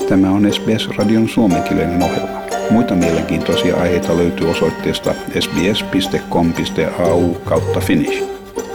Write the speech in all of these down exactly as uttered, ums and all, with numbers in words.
Tämä on S B S-radion suomenkielinen ohjelma. Muita mielenkiintoisia aiheita löytyy osoitteesta sbs piste com piste a u kautta finnish.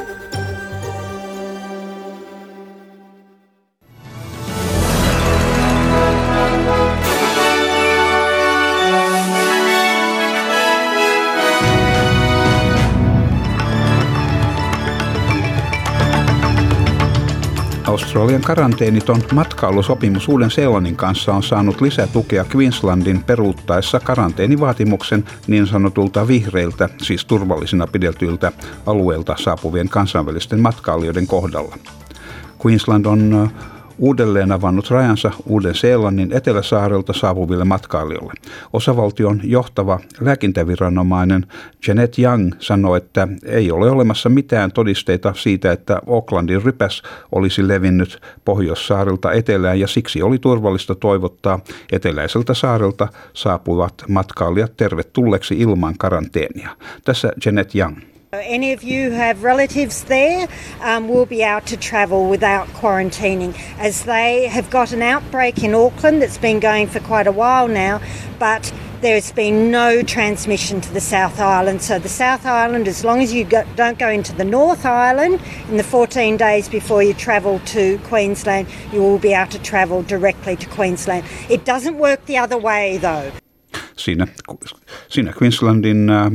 Australian karanteeniton matkailusopimus Uuden-Seelannin kanssa on saanut lisätukea Queenslandin peruuttaessa karanteenivaatimuksen niin sanotulta vihreiltä, siis turvallisina pideltyiltä alueilta saapuvien kansainvälisten matkailijoiden kohdalla. Queensland on uudelleen avannut rajansa Uuden-Seelannin eteläsaarelta saapuville matkailijoille. Osavaltion johtava lääkintäviranomainen Janet Young sanoi, että ei ole olemassa mitään todisteita siitä, että Aucklandin rypäs olisi levinnyt Pohjoissaarelta etelään ja siksi oli turvallista toivottaa eteläiseltä saarelta saapuvat matkailijat tervetulleeksi ilman karanteenia. Tässä Janet Young. Any of you who have relatives there um, will be able to travel without quarantining, as they have got an outbreak in Auckland that's been going for quite a while now, but there's been no transmission to the South Island. So the South Island, as long as you go, don't go into the North Island in the fourteen days before you travel to Queensland, you will be able to travel directly to Queensland. It doesn't work the other way though. Siinä, siinä Queenslandin äh,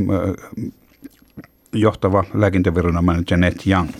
johtava lääkintäviranomainen Janet Young.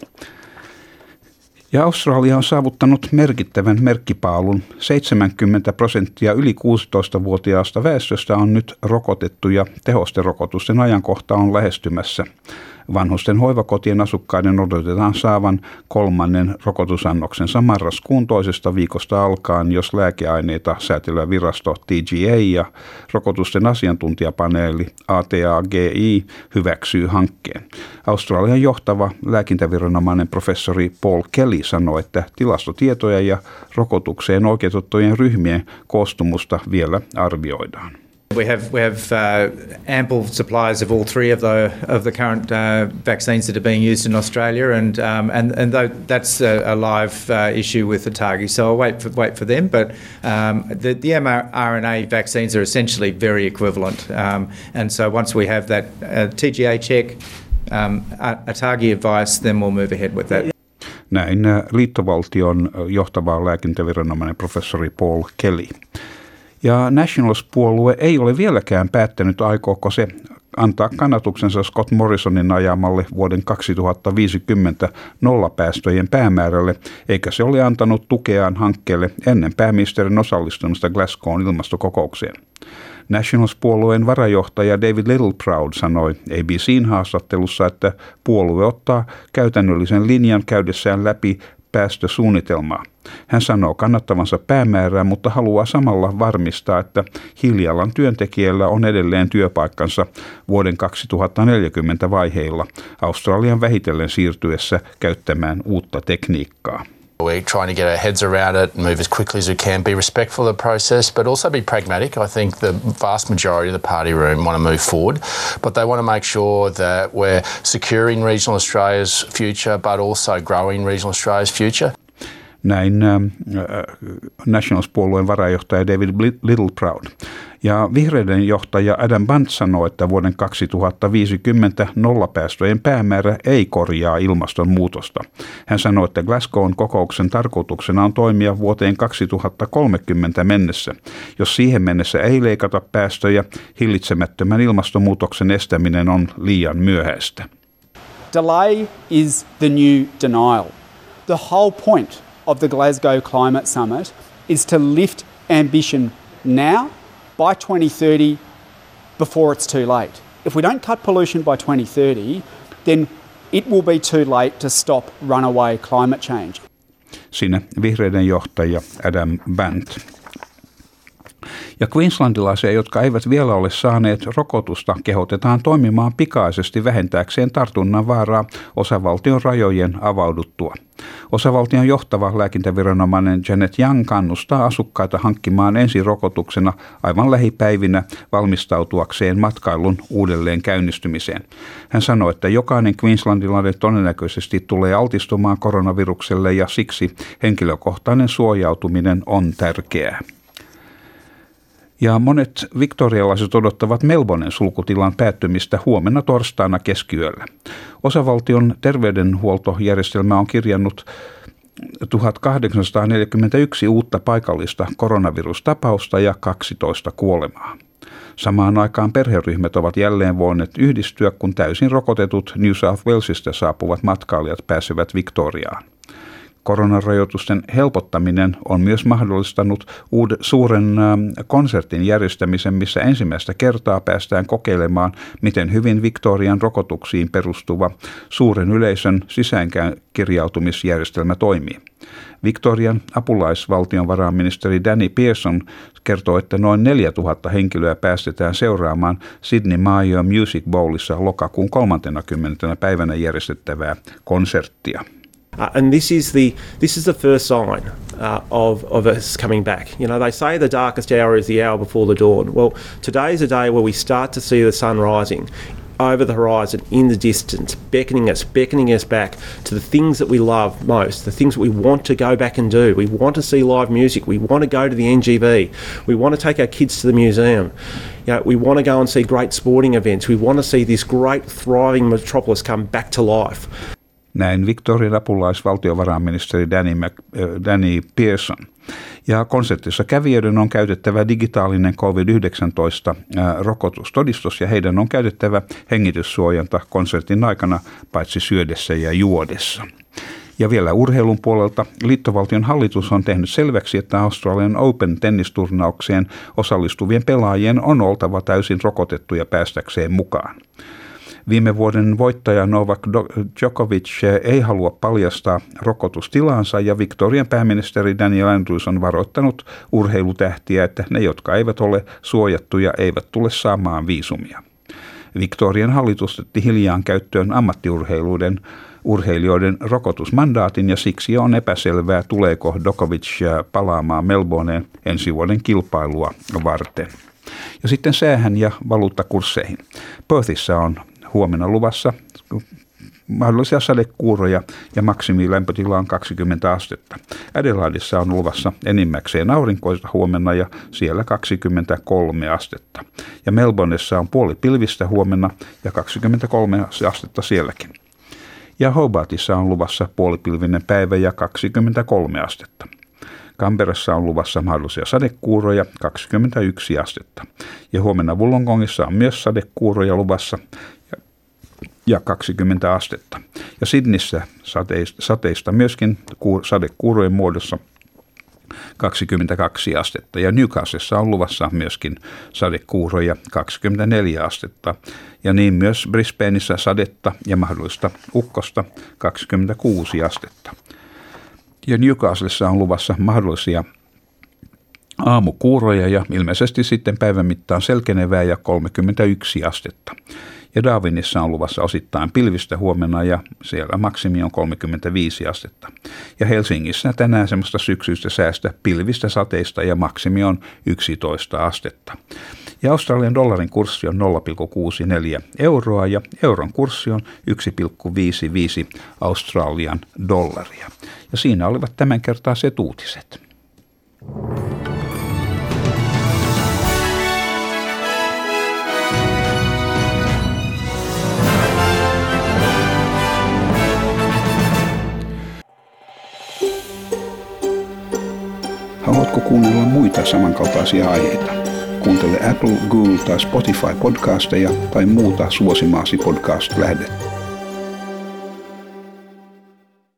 Ja Australia on saavuttanut merkittävän merkkipaalun. seitsemänkymmentä prosenttia yli kuusitoistavuotiaasta väestöstä on nyt rokotettu ja tehosterokotusten ajankohta on lähestymässä. Vanhusten hoivakotien asukkaiden odotetaan saavan kolmannen rokotusannoksensa marraskuun toisesta viikosta alkaen, jos lääkeaineita säätelevä virasto T G A ja rokotusten asiantuntijapaneeli A T A G I hyväksyy hankkeen. Australian johtava lääkintäviranomainen professori Paul Kelly sanoi, että tilastotietoja ja rokotukseen oikeutettujen ryhmien koostumusta vielä arvioidaan. We have we have uh, ample supplies of all three of the of the current uh, vaccines that are being used in Australia, and um, and and th- that's a, a live uh, issue with the ATAGI. So I'll wait for wait for them. But um, the the mRNA vaccines are essentially very equivalent, um, and so once we have that uh, T G A check, um, ATAGI advice, then we'll move ahead with that. Näin liittovaltion johtava lääkintäviranomainen professori Paul Kelly. Ja Nationals-puolue ei ole vieläkään päättänyt, aikooko se antaa kannatuksensa Scott Morrisonin ajamalle vuoden kaksituhattaviisikymmentä nollapäästöjen päämäärälle, eikä se ole antanut tukeaan hankkeelle ennen pääministerin osallistumista Glasgow'n ilmastokokoukseen. Nationals-puolueen varajohtaja David Littleproud sanoi A B C:n haastattelussa, että puolue ottaa käytännöllisen linjan käydessään läpi päästösuunnitelmaa. Hän sanoo kannattavansa päämäärää, mutta haluaa samalla varmistaa, että hiilijalan työntekijällä on edelleen työpaikkansa vuoden kaksituhattaneljäkymmentä vaiheilla Australian vähitellen siirtyessä käyttämään uutta tekniikkaa. We're trying to get our heads around it, move as quickly as we can, be respectful of the process, but also be pragmatic. I think the vast majority of the party room want to move forward, but they want to make sure that we're securing regional Australia's future, but also growing regional Australia's future. Näin äh, Nationals-puolueen varajohtaja David Littleproud. Ja vihreiden johtaja Adam Bandt sanoi, että vuoden kaksituhattaviisikymmentä nollapäästöjen päämäärä ei korjaa ilmastonmuutosta. Hän sanoi, että Glasgow'n kokouksen tarkoituksena on toimia vuoteen kaksituhattakolmekymmentä mennessä. Jos siihen mennessä ei leikata päästöjä, hillitsemättömän ilmastonmuutoksen estäminen on liian myöhäistä. Delay is the new denial. The whole point of the Glasgow Climate Summit is to lift ambition now by twenty thirty before it's too late. If we don't cut pollution by twenty thirty, then it will be too late to stop runaway climate change. Siinä vihreiden johtaja Adam Bandt. Ja queenslandilaisia, jotka eivät vielä ole saaneet rokotusta, kehotetaan toimimaan pikaisesti vähentääkseen tartunnan vaaraa osavaltion rajojen avauduttua. Osavaltion johtava lääkintäviranomainen Janet Young kannustaa asukkaita hankkimaan ensirokotuksena aivan lähipäivinä valmistautuakseen matkailun uudelleen käynnistymiseen. Hän sanoi, että jokainen queenslandilainen todennäköisesti tulee altistumaan koronavirukselle ja siksi henkilökohtainen suojautuminen on tärkeää. Ja monet victorialaiset odottavat Melbournen sulkutilan päättymistä huomenna torstaina keskiyöllä. Osavaltion terveydenhuoltojärjestelmä on kirjannut tuhatkahdeksansataaneljäkymmentäyksi uutta paikallista koronavirustapausta ja kaksitoista kuolemaa. Samaan aikaan perheryhmät ovat jälleen voineet yhdistyä, kun täysin rokotetut New South Walesista saapuvat matkailijat pääsevät Victoriaan. Koronarajoitusten helpottaminen on myös mahdollistanut uuden, suuren konsertin järjestämisen, missä ensimmäistä kertaa päästään kokeilemaan, miten hyvin Victorian rokotuksiin perustuva suuren yleisön sisäänkirjautumisjärjestelmä toimii. Victorian apulaisvaltionvarainministeri Danny Pearson kertoo, että noin neljätuhatta henkilöä päästetään seuraamaan Sydney Mayo Music Bowlissa lokakuun kolmantenakymmenentenä päivänä järjestettävää konserttia. Uh, and this is the this is the first sign uh, of of us coming back. You know, they say the darkest hour is the hour before the dawn. Well, today is a day where we start to see the sun rising over the horizon in the distance, beckoning us, beckoning us back to the things that we love most, the things that we want to go back and do. We want to see live music. We want to go to the N G V. We want to take our kids to the museum. You know, we want to go and see great sporting events. We want to see this great thriving metropolis come back to life. Näin Victorian apulaisvaltiovarainministeri Danny, Mac, äh, Danny Pearson. Ja konsertissa kävijöiden on käytettävä digitaalinen covid yhdeksäntoista äh, rokotustodistus ja heidän on käytettävä hengityssuojanta konsertin aikana paitsi syödessä ja juodessa. Ja vielä urheilun puolelta liittovaltion hallitus on tehnyt selväksi, että Australian Open tennisturnaukseen osallistuvien pelaajien on oltava täysin rokotettuja päästäkseen mukaan. Viime vuoden voittaja Novak Djokovic ei halua paljastaa rokotustilaansa ja Victorian pääministeri Daniel Andrews on varoittanut urheilutähtiä, että ne, jotka eivät ole suojattuja, eivät tule saamaan viisumia. Victorian hallitus otti hiljaan käyttöön ammattiurheiluiden urheilijoiden rokotusmandaatin ja siksi on epäselvää, tuleeko Djokovic palaamaan Melbourneen ensi vuoden kilpailua varten. Ja sitten säähän ja valuuttakursseihin. Perthissä on huomenna luvassa mahdollisia sadekuuroja ja maksimilämpötila on kaksikymmentä astetta. Adelaidessa on luvassa enimmäkseen aurinkoista huomenna ja siellä kaksikymmentäkolme astetta. Ja Melbournessa on puoli pilvistä huomenna ja kaksikymmentäkolme astetta sielläkin. Ja Hobartissa on luvassa puolipilvinen päivä ja kaksikymmentäkolme astetta. Canberrassa on luvassa mahdollisia sadekuuroja kaksikymmentäyksi astetta. Ja huomenna Wollongongissa on myös sadekuuroja luvassa ja, ja kaksikymmentä astetta. Ja Sydneyssä sateista, sateista myöskin kuur, sadekuurojen muodossa kaksikymmentäkaksi astetta. Ja Newcastlessa on luvassa myöskin sadekuuroja kaksikymmentäneljä astetta. Ja niin myös Brisbaneissa sadetta ja mahdollista ukkosta kaksikymmentäkuusi astetta. Ja Newcastlessa on luvassa mahdollisia aamukuuroja ja ilmeisesti sitten päivän mittaan selkenevää ja kolmekymmentäyksi astetta. Ja Darwinissa on luvassa osittain pilvistä huomenna ja siellä maksimi on kolmekymmentäviisi astetta. Ja Helsingissä tänään semmoista syksyistä säästä pilvistä sateista ja maksimi on yksitoista astetta. Ja Australian dollarin kurssi on nolla pilkku kuusikymmentäneljä euroa ja euron kurssi on yksi pilkku viisikymmentäviisi Australian dollaria. Ja siinä olivat tämänkertaiset uutiset. Haluatko kuunnella muita samankaltaisia aiheita? Kuuntele Apple, Google tai Spotify podcasteja tai muuta suosimaasi podcast-lähdettä.